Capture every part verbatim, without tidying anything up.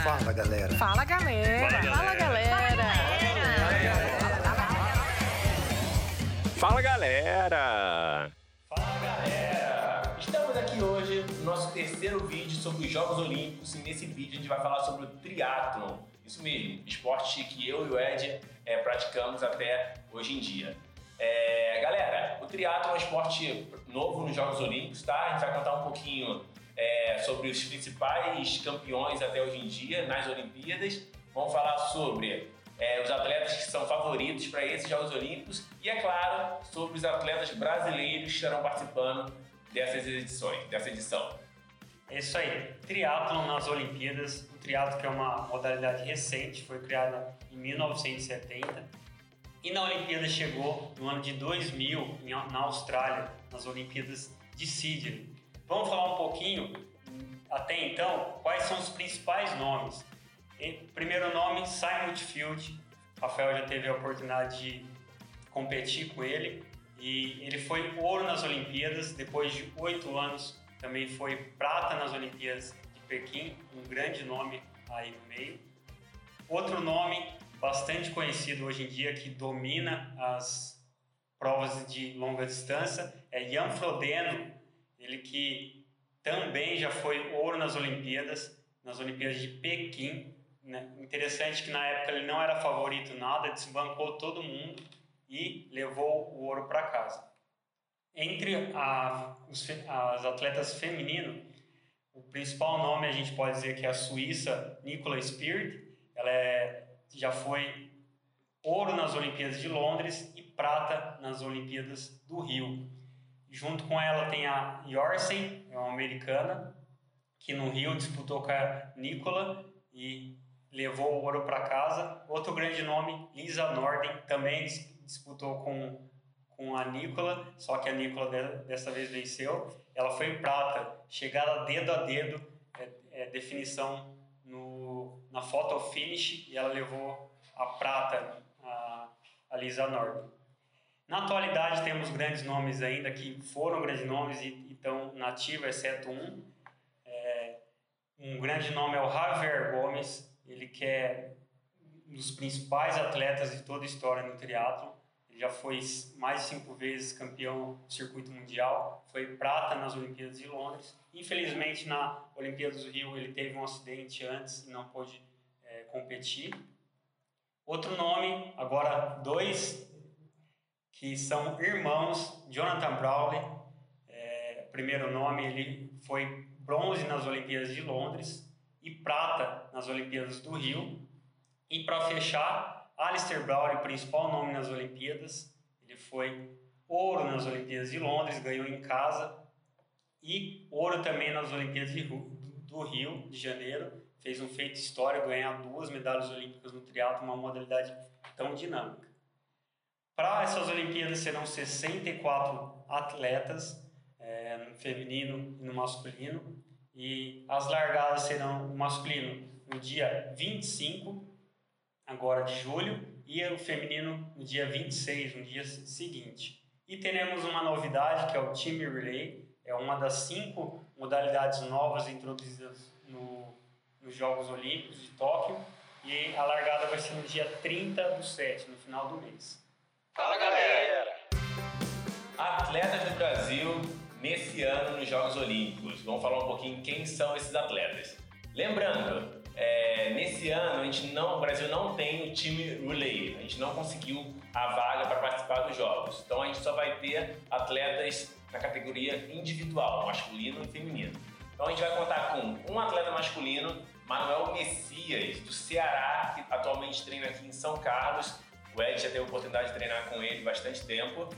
Fala, galera. Fala, galera. Fala, galera. Fala, galera. Fala, galera. Estamos aqui hoje no nosso terceiro vídeo sobre os Jogos Olímpicos e nesse vídeo a gente vai falar sobre o triatlon. Isso mesmo, esporte que eu e o Ed é, praticamos até hoje em dia. É, galera, o triatlon é um esporte novo nos Jogos Olímpicos, tá? A gente vai contar um pouquinho é, sobre os principais campeões até hoje em dia nas Olimpíadas. Vamos falar sobre é, os atletas que são favoritos para esses Jogos Olímpicos e, é claro, sobre os atletas brasileiros que estarão participando dessas edições, dessa edição. É isso aí, triatlon nas Olimpíadas, o triatlon que é uma modalidade recente, foi criada em mil novecentos e setenta e na Olimpíada chegou no ano de dois mil na Austrália, nas Olimpíadas de Sydney. Vamos falar um pouquinho, até então, quais são os principais nomes. Em primeiro nome, Simon Whitfield. Rafael já teve a oportunidade de competir com ele e ele foi ouro nas Olimpíadas, depois de oito anos também foi prata nas Olimpíadas de Pequim, um grande nome aí no meio. Outro nome bastante conhecido hoje em dia que domina as provas de longa distância é Jan Frodeno, ele que também já foi ouro nas Olimpíadas, nas Olimpíadas de Pequim. Né? Interessante que na época ele não era favorito nada, desbancou todo mundo e levou o ouro para casa. Entre a, os, as atletas femininas, o principal nome a gente pode dizer que é a suíça Nicola Spirit. Ela é, já foi ouro nas Olimpíadas de Londres e prata nas Olimpíadas do Rio. Junto com ela tem a Yorsen, é uma americana, que no Rio disputou com a Nicola e levou o ouro para casa. Outro grande nome, Lisa Norden, também disputou com, com a Nicola, só que a Nicola de, dessa vez venceu. Ela foi prata, chegada dedo a dedo, é, é, definição no, na photo finish, e ela levou a prata, a, a Lisa Norden. Na atualidade temos grandes nomes ainda, que foram grandes nomes e estão na ativa, exceto um. É, um grande nome é o Javier Gomes, ele que é um dos principais atletas de toda a história no triatlon. Ele já foi mais de cinco vezes campeão do circuito mundial, foi prata nas Olimpíadas de Londres. Infelizmente, na Olimpíadas do Rio, ele teve um acidente antes e não pôde é, competir. Outro nome, agora dois, que são irmãos, Jonathan Brawley. É, primeiro nome, ele foi bronze nas Olimpíadas de Londres e prata nas Olimpíadas do Rio. E para fechar, Alistair Brawley, principal nome nas Olimpíadas, ele foi ouro nas Olimpíadas de Londres, ganhou em casa, e ouro também nas Olimpíadas de Rio, do Rio de Janeiro, fez um feito histórico, ganhar duas medalhas olímpicas no triatlo, uma modalidade tão dinâmica. Para essas Olimpíadas serão sessenta e quatro atletas, é, no feminino e no masculino, e as largadas serão o masculino no dia vinte e cinco, agora de julho, e o feminino no dia vinte e seis, no dia seguinte. E teremos uma novidade, que é o Team Relay, é uma das cinco modalidades novas introduzidas no, nos Jogos Olímpicos de Tóquio, e a largada vai ser no dia trinta do sete, no final do mês. Fala, galera! Atletas do Brasil nesse ano nos Jogos Olímpicos. Vamos falar um pouquinho quem são esses atletas. Lembrando, é, nesse ano a gente não, o Brasil não tem o time relay, a gente não conseguiu a vaga para participar dos Jogos. Então a gente só vai ter atletas na categoria individual, masculino e feminino. Então a gente vai contar com um atleta masculino, Manuel Messias, do Ceará, que atualmente treina aqui em São Carlos. O Ed já teve a oportunidade de treinar com ele bastante tempo.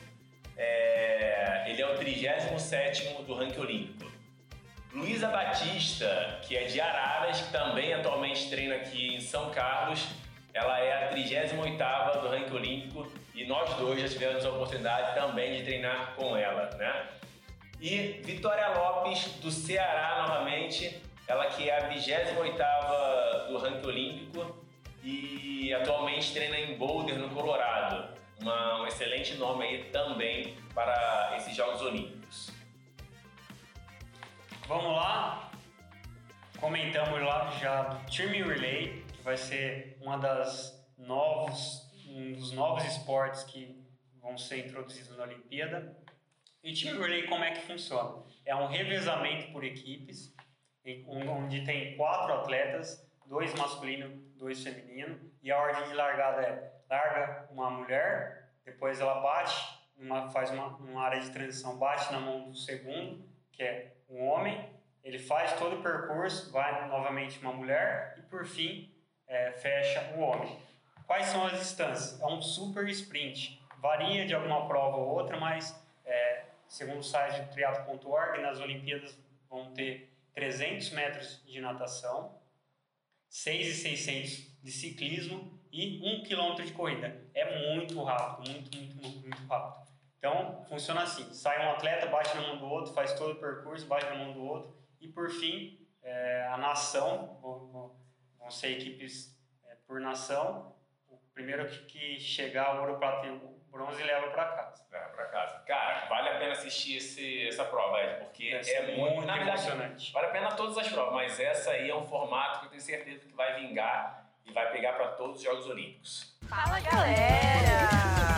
É, ele é o trigésimo sétimo do ranking olímpico. Luísa Batista, que é de Araras, que também atualmente treina aqui em São Carlos. Ela é a trigésima oitava do ranking olímpico e nós dois já tivemos a oportunidade também de treinar com ela, né? E Vitória Lopes, do Ceará, novamente, ela que é a vigésima oitava do ranking olímpico e atualmente treina em Boulder, no Colorado. Uma, um excelente nome aí também para esses Jogos Olímpicos. Vamos lá? comentamos lá já do Team Relay, que vai ser uma das novos, um dos novos esportes que vão ser introduzidos na Olimpíada. E Team Relay, como é que funciona? É um revezamento por equipes, onde tem quatro atletas, dois masculinos, dois femininos, e a ordem de largada é: larga uma mulher, depois ela bate, uma, faz uma, uma área de transição, bate na mão do segundo, que é um homem, ele faz todo o percurso, vai novamente uma mulher e por fim é, fecha o homem. Quais são as distâncias? É um super sprint, varia de alguma prova ou outra, mas é, segundo o site do triatlo ponto org, nas Olimpíadas vão ter trezentos metros de natação, seis mil e seiscentos de ciclismo e um quilômetro de corrida. É muito rápido, muito, muito, muito, muito rápido. Então, funciona assim: sai um atleta, bate na mão do outro, faz todo o percurso, bate na mão do outro e, por fim, é, a nação, vão, vão ser equipes é, por nação. O primeiro que, que chegar, ouro, prata e bronze, leva para casa. Leva para casa. Cara, vale a pena assistir esse, essa prova, Ed, porque é, é muito, muito emocionante. Vale a pena todas as provas, mas essa aí é um formato que eu tenho certeza que vai vingar e vai pegar para todos os Jogos Olímpicos. Fala, galera!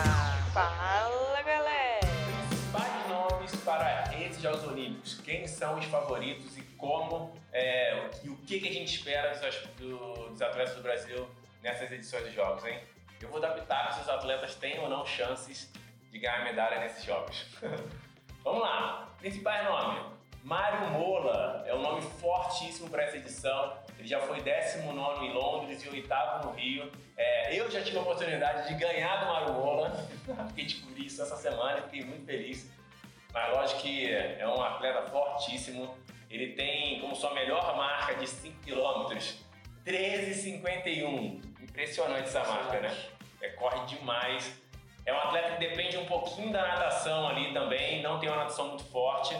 Fala, galera! Principais nomes para esses Jogos Olímpicos. Quem são os favoritos e como é, e o que, que a gente espera dos, do, dos atletas do Brasil nessas edições dos Jogos, hein? Eu vou dar pitaco se os atletas têm ou não chances de ganhar medalha nesses Jogos. Vamos lá. Principais nomes. Mário Mola é um nome fortíssimo para essa edição. Ele já foi décimo nono em Londres e oitavo no Rio. É, eu já tive a oportunidade de ganhar do Mário Mola. Fiquei de cobrir isso essa semana e fiquei muito feliz. Mas lógico que é um atleta fortíssimo. Ele tem como sua melhor marca de cinco quilômetros treze e cinquenta e um. Impressionante essa marca, né? É, corre demais. É um atleta que depende um pouquinho da natação ali também. Não tem uma natação muito forte.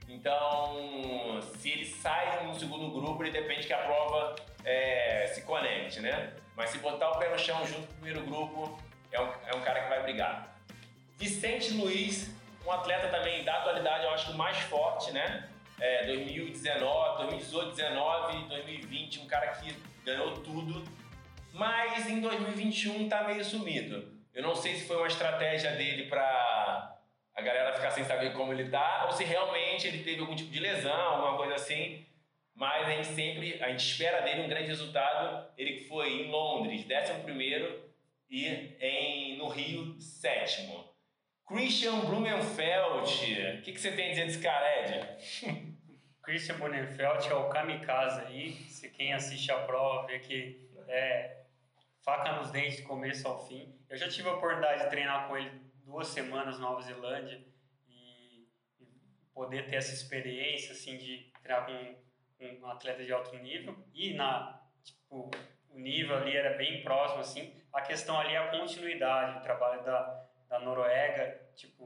Então, se ele sai no segundo grupo, ele depende que a prova é, se conecte, né? Mas se botar o pé no chão junto com o primeiro grupo, é um, é um cara que vai brigar. Vicente Luiz, um atleta também da atualidade, eu acho que o mais forte, né? É, dois mil e dezenove, dois mil e dezoito, dezenove, dois mil e vinte, um cara que ganhou tudo. Mas em dois mil e vinte e um tá meio sumido. Eu não sei se foi uma estratégia dele para a galera ficar sem saber como ele tá, ou se realmente ele teve algum tipo de lesão, alguma coisa assim. Mas a gente sempre, a gente espera dele um grande resultado. Ele que foi em Londres, décimo primeiro, e em, no Rio, sétimo. Christian Blumenfeld, o que, que você tem a dizer desse cara, Ed? Christian Blumenfeld é o kamikaze aí. Se quem assiste a prova vê que é faca nos dentes do começo ao fim. Eu já tive a oportunidade de treinar com ele duas semanas na Nova Zelândia e, e poder ter essa experiência assim de treinar com um atleta de alto nível e na tipo o nível ali era bem próximo assim. A questão ali é a continuidade, o trabalho da, da Noruega, tipo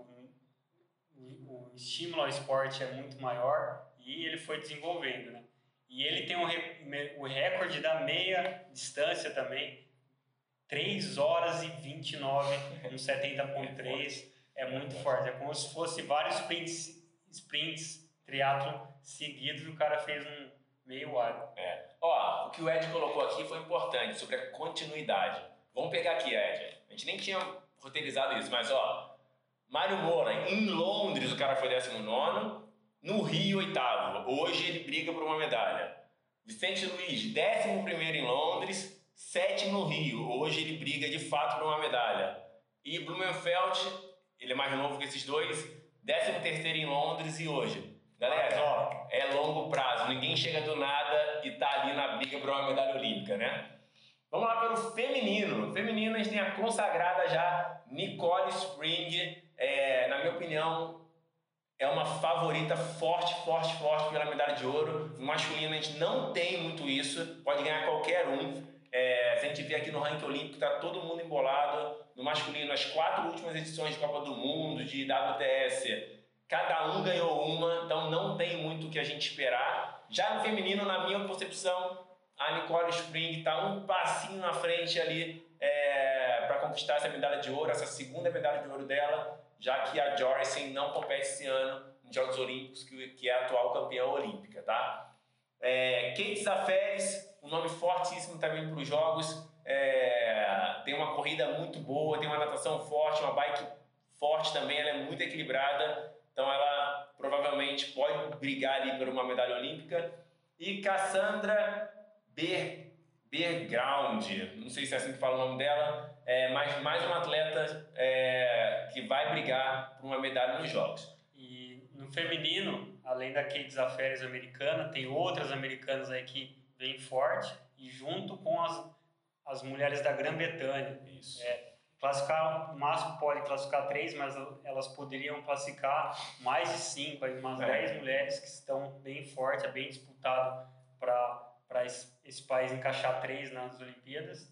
o, o estímulo ao esporte é muito maior e ele foi desenvolvendo, né? E ele tem o, re, o recorde da meia distância também, três horas e vinte e nove, um setenta ponto três, é muito forte. É como se fosse vários sprints, sprints triatlo seguidos, o cara fez um meio Iron. É. Ó, o que o Ed colocou aqui foi importante, sobre a continuidade. Vamos pegar aqui, Ed. A gente nem tinha roteirizado isso, mas ó, Mário Moura, em Londres o cara foi décimo nono, no Rio, oitavo. Hoje ele briga por uma medalha. Vicente Luiz, décimo primeiro em Londres, sétimo no Rio. Hoje ele briga de fato por uma medalha. E Blumenfeld, ele é mais novo que esses dois, décimo terceiro em Londres e hoje. Galera, ó, é longo prazo. Ninguém chega do nada e tá ali na briga por uma medalha olímpica, né? Vamos lá pelo feminino. Feminino a gente tem a consagrada já Nicole Spring. É, na minha opinião, é uma favorita forte, forte, forte pela medalha de ouro. No masculino a gente não tem muito isso. Pode ganhar qualquer um. É, se a gente vê aqui no ranking olímpico, tá todo mundo embolado. No masculino, as quatro últimas edições de Copa do Mundo, de W T S, cada um ganhou uma, então não tem muito o que a gente esperar. Já no feminino, na minha concepção, a Nicole Spring está um passinho na frente ali é, para conquistar essa medalha de ouro, essa segunda medalha de ouro dela, já que a Joyce não compete esse ano nos Jogos Olímpicos, que, que é a atual campeã olímpica, tá? É, Kate Zaferes, um nome fortíssimo também para os jogos. É, tem uma corrida muito boa, tem uma natação forte, uma bike forte também, ela é muito equilibrada. Então ela provavelmente pode brigar ali por uma medalha olímpica. E Cassandra Ber, Berground, não sei se é assim que fala o nome dela, é, mas mais uma atleta é, que vai brigar por uma medalha nos Jogos. E no feminino, além da Kate Zaferes americana, tem outras americanas aí que vêm forte e junto com as, as mulheres da Grã-Bretanha. Isso. É, classificar, o máximo pode classificar três, mas elas poderiam classificar mais de cinco, aí umas é. dez mulheres que estão bem fortes, é bem disputado para esse, esse país encaixar três nas Olimpíadas.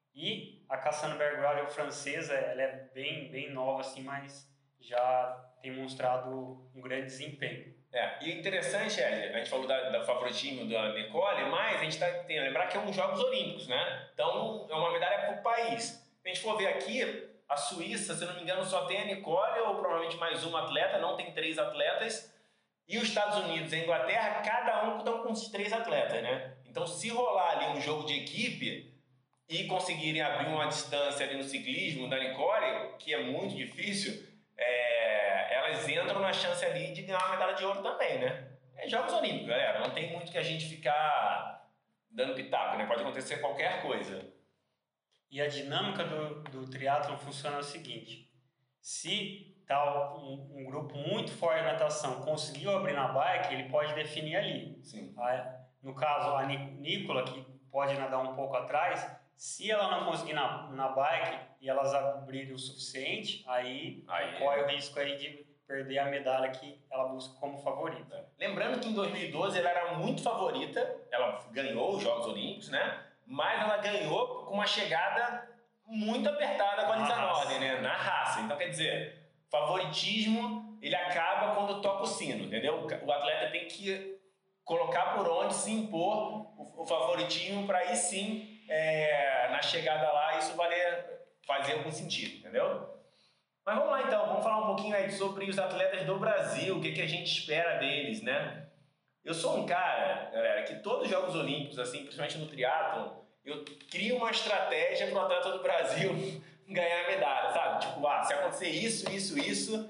E a Cassandra Bergroud é francesa, ela é bem, bem nova assim, mas já tem mostrado um grande desempenho. É, e o interessante é, a gente falou da, da favoritismo da Nicole, mas a gente tá, tem que lembrar que é uns Jogos Olímpicos, né? Então é uma medalha para o país. Se a gente for ver aqui, a Suíça, se não me engano, só tem a Nicole ou provavelmente mais uma atleta, não tem três atletas. E os Estados Unidos e a Inglaterra, cada um estão com os três atletas, né? Então se rolar ali um jogo de equipe e conseguirem abrir uma distância ali no ciclismo da Nicole, que é muito difícil, é, elas entram na chance ali de ganhar uma medalha de ouro também, né? É Jogos Olímpicos, galera. Não tem muito que a gente ficar dando pitaco, né? Pode acontecer qualquer coisa. E a dinâmica do, do triatlon funciona o seguinte: se tá um, um grupo muito forte de natação conseguiu abrir na bike, ele pode definir ali. Sim. A, no caso, a Nicola, que pode nadar um pouco atrás, se ela não conseguir na, na bike e elas abrirem o suficiente, aí, aí corre é. o risco aí de perder a medalha que ela busca como favorita. É. Lembrando que em dois mil e doze ela era muito favorita, ela ganhou os Jogos Olímpicos, né? Mas ela ganhou com uma chegada muito apertada com a Lisa Norden, né? Na raça. Então, quer dizer, favoritismo, ele acaba quando toca o sino, entendeu? O atleta tem que colocar por onde, se impor o, o favoritismo para aí sim, é, na chegada lá, isso valer, fazer algum sentido, entendeu? Mas vamos lá então, vamos falar um pouquinho aí sobre os atletas do Brasil, o que, que a gente espera deles, né? Eu sou um cara, galera, que todos os Jogos Olímpicos, assim, principalmente no triatlon, eu crio uma estratégia para o atleta do Brasil ganhar a medalha, sabe? Tipo, ah, se acontecer isso, isso, isso,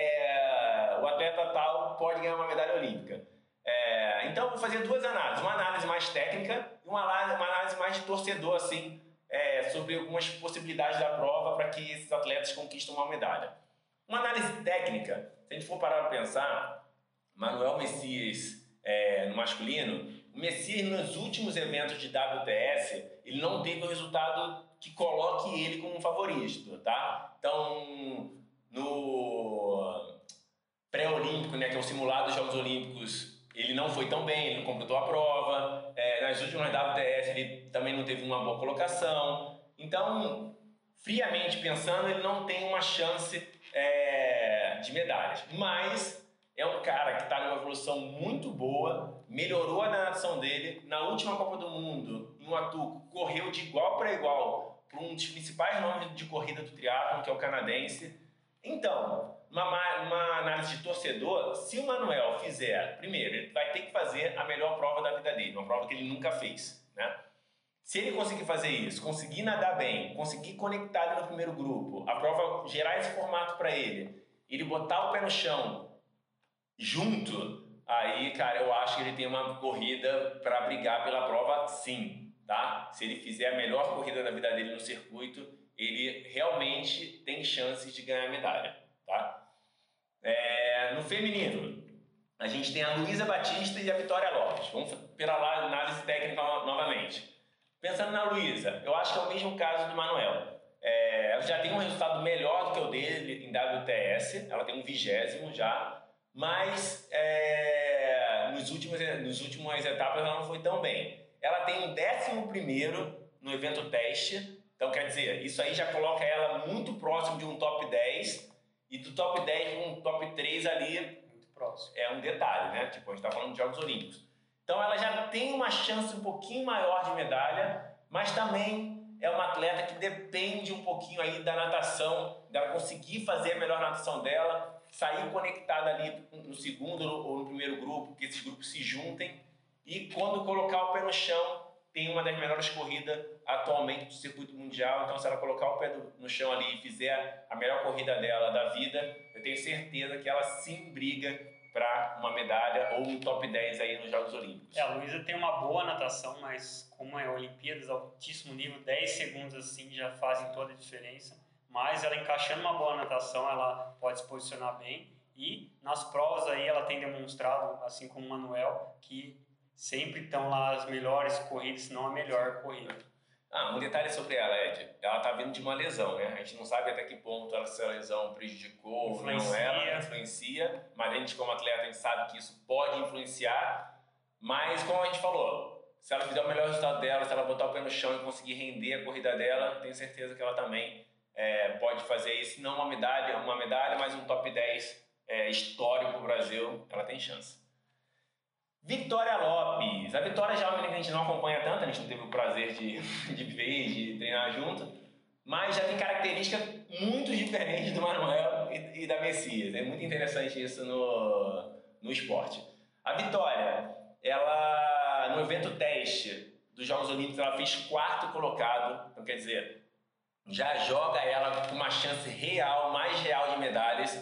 é, o atleta tal pode ganhar uma medalha olímpica. É, então, eu vou fazer duas análises. Uma análise mais técnica e uma análise, uma análise mais de torcedor, assim, é, sobre algumas possibilidades da prova para que esses atletas conquistem uma medalha. Uma análise técnica, se a gente for parar para pensar, Manuel Messias, é, no masculino, o Messias nos últimos eventos de W T S, ele não teve um resultado que coloque ele como um favorito, tá? Então, no pré-olímpico, né, que é o simulado dos Jogos Olímpicos, ele não foi tão bem, ele não completou a prova. É, nas últimas W T S, ele também não teve uma boa colocação. Então, friamente pensando, ele não tem uma chance é, de medalhas. Mas é um cara que está numa evolução muito boa, melhorou a natação dele. Na última Copa do Mundo, em Watuco, correu de igual para igual para um dos principais nomes de corrida do triatlon, que é o canadense. Então, uma, uma análise de torcedor, se o Manuel fizer, primeiro, ele vai ter que fazer a melhor prova da vida dele, uma prova que ele nunca fez, né? Se ele conseguir fazer isso, conseguir nadar bem, conseguir conectar ele no primeiro grupo, a prova gerar esse formato para ele, ele botar o pé no chão junto, aí, cara, eu acho que ele tem uma corrida para brigar pela prova, sim, tá? Se ele fizer a melhor corrida da vida dele no circuito, ele realmente tem chances de ganhar a medalha, tá? É, no feminino, a gente tem a Luísa Batista e a Vitória Lopes. Vamos pela lá análise técnica novamente. Pensando na Luísa, eu acho que é o mesmo caso do Manuel. É, ela já tem um resultado melhor do que o dele em W T S, ela tem um vigésimo já, mas é, nos últimos, nos últimas etapas ela não foi tão bem. Ela tem um décimo primeiro no evento teste, então quer dizer, isso aí já coloca ela muito próximo de um top dez, e do top dez para um top três ali Muito próximo. É um detalhe, né? Tipo, a gente está falando de Jogos Olímpicos. Então ela já tem uma chance um pouquinho maior de medalha, mas também é uma atleta que depende um pouquinho aí da natação, dela conseguir fazer a melhor natação dela, sair conectada ali no segundo ou no primeiro grupo, que esses grupos se juntem E quando colocar o pé no chão, tem uma das melhores corridas atualmente do circuito mundial. Então, se ela colocar o pé do, no chão ali e fizer a melhor corrida dela da vida, eu tenho certeza que ela sim briga para uma medalha ou um top dez aí nos Jogos Olímpicos. É, a Luísa tem uma boa natação, mas como é Olimpíadas, altíssimo nível, dez segundos assim já fazem toda a diferença. Mas ela encaixando uma boa natação, ela pode se posicionar bem. E nas provas aí ela tem demonstrado, assim como o Manuel, que sempre estão lá as melhores corridas, se não a melhor corrida. Ah, um detalhe sobre ela, Ed. Ela tá vindo de uma lesão, né? A gente não sabe até que ponto essa lesão prejudicou ou não ela, influencia. Mas a gente, como atleta, a gente sabe que isso pode influenciar. Mas, como a gente falou, se ela fizer o melhor resultado dela, se ela botar o pé no chão e conseguir render a corrida dela, tenho certeza que ela também é, pode fazer isso. Não uma medalha, uma medalha, mas um top dez é, histórico pro Brasil, ela tem chance. Vitória Lopes. A Vitória já é uma menina que a gente não acompanha tanto, a gente não teve o prazer de, de ver, de treinar junto, mas já tem características muito diferentes do Manuel e, e da Messias. É muito interessante isso no, no esporte. A Vitória, ela no evento teste dos Jogos Olímpicos, ela fez quarto colocado, então quer dizer, já joga ela com uma chance real, mais real de medalhas.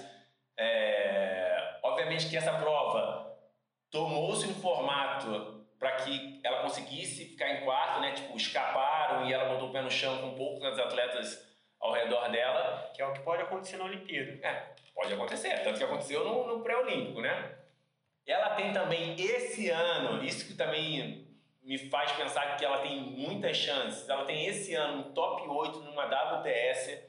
É, obviamente que essa prova tomou-se um formato para que ela conseguisse ficar em quarto, né? Tipo, escaparam e ela botou o pé no chão com poucos atletas ao redor dela. Que é o que pode acontecer na Olimpíada. É, pode acontecer, tanto que aconteceu no, no pré-olímpico, né? Ela tem também esse ano, isso que também me faz pensar que ela tem muitas chances, ela tem esse ano um top oito numa W T S,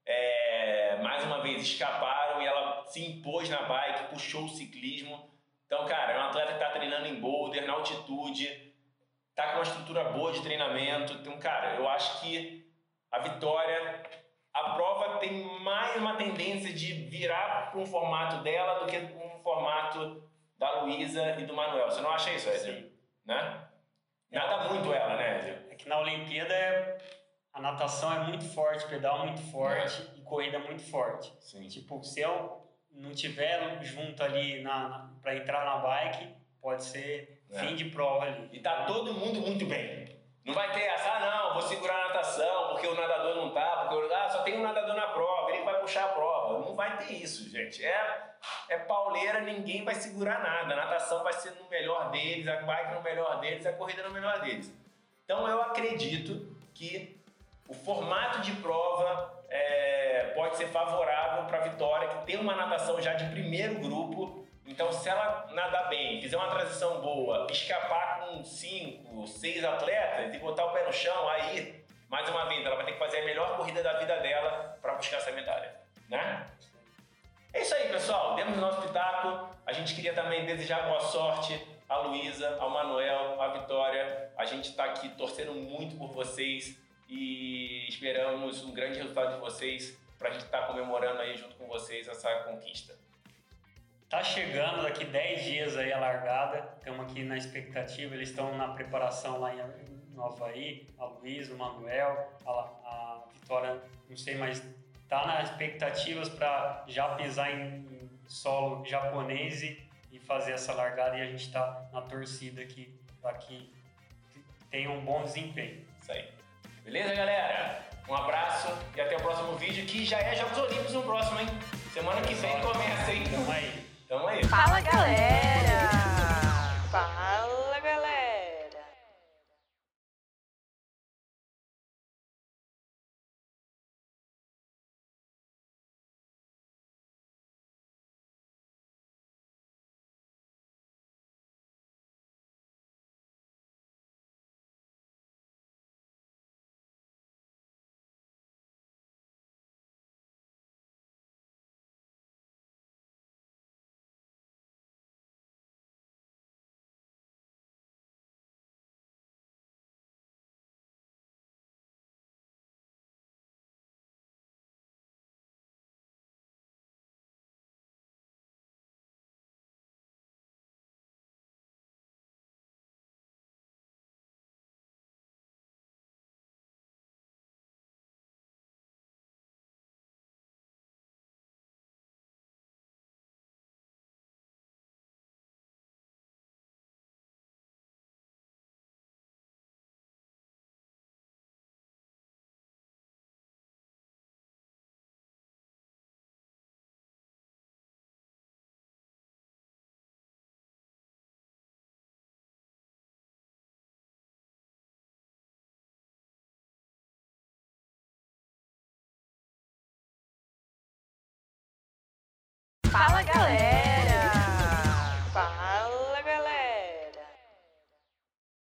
é, mais uma vez escaparam e ela se impôs na bike, puxou o ciclismo. Então, cara, é uma atleta que está treinando em boulder, na altitude, está com uma estrutura boa de treinamento. Então, cara, eu acho que a Vitória, a prova tem mais uma tendência de virar para um formato dela do que um formato da Luísa e do Manuel. Você não acha isso, Edson? Sim. Né? Nada muito ela, né, Edson? É que na Olimpíada é... a natação é muito forte, pedal muito forte é. e corrida muito forte. Sim. Tipo, se eu não tiver junto ali na, na, para entrar na bike, pode ser é. fim de prova ali. E tá todo mundo muito bem. Não vai ter essa, ah, não, vou segurar a natação porque o nadador não tá, porque eu, ah, só tem um nadador na prova, ele vai puxar a prova. Não vai ter isso, gente. É, é pauleira, ninguém vai segurar nada. A natação vai ser no melhor deles, a bike no melhor deles, a corrida no melhor deles. Então eu acredito que o formato de prova é, pode ser favorável para a Vitória, que tem uma natação já de primeiro grupo. Então, se ela nadar bem, fizer uma transição boa, escapar com cinco, seis atletas e botar o pé no chão, aí, mais uma vez, ela vai ter que fazer a melhor corrida da vida dela para buscar essa medalha, né? É isso aí, pessoal. Demos o nosso pitaco. A gente queria também desejar boa sorte à Luísa, ao Manuel, à Vitória. A gente está aqui torcendo muito por vocês e esperamos um grande resultado de vocês para a gente estar tá comemorando aí junto com vocês essa conquista. Tá chegando daqui dez dias aí a largada, estamos aqui na expectativa, eles estão na preparação lá em no Havaí, a Luísa, o Manuel, a, a Vitória, não sei, mas tá nas expectativas para já pisar em, em solo japonês e, e fazer essa largada, e a gente tá na torcida aqui para que tenha um bom desempenho. Isso aí. Beleza, galera? Um abraço e até o próximo vídeo, que já é Jogos Olímpicos no próximo, hein? Semana que vem começa, hein? Tamo aí. Tamo aí. Fala, galera!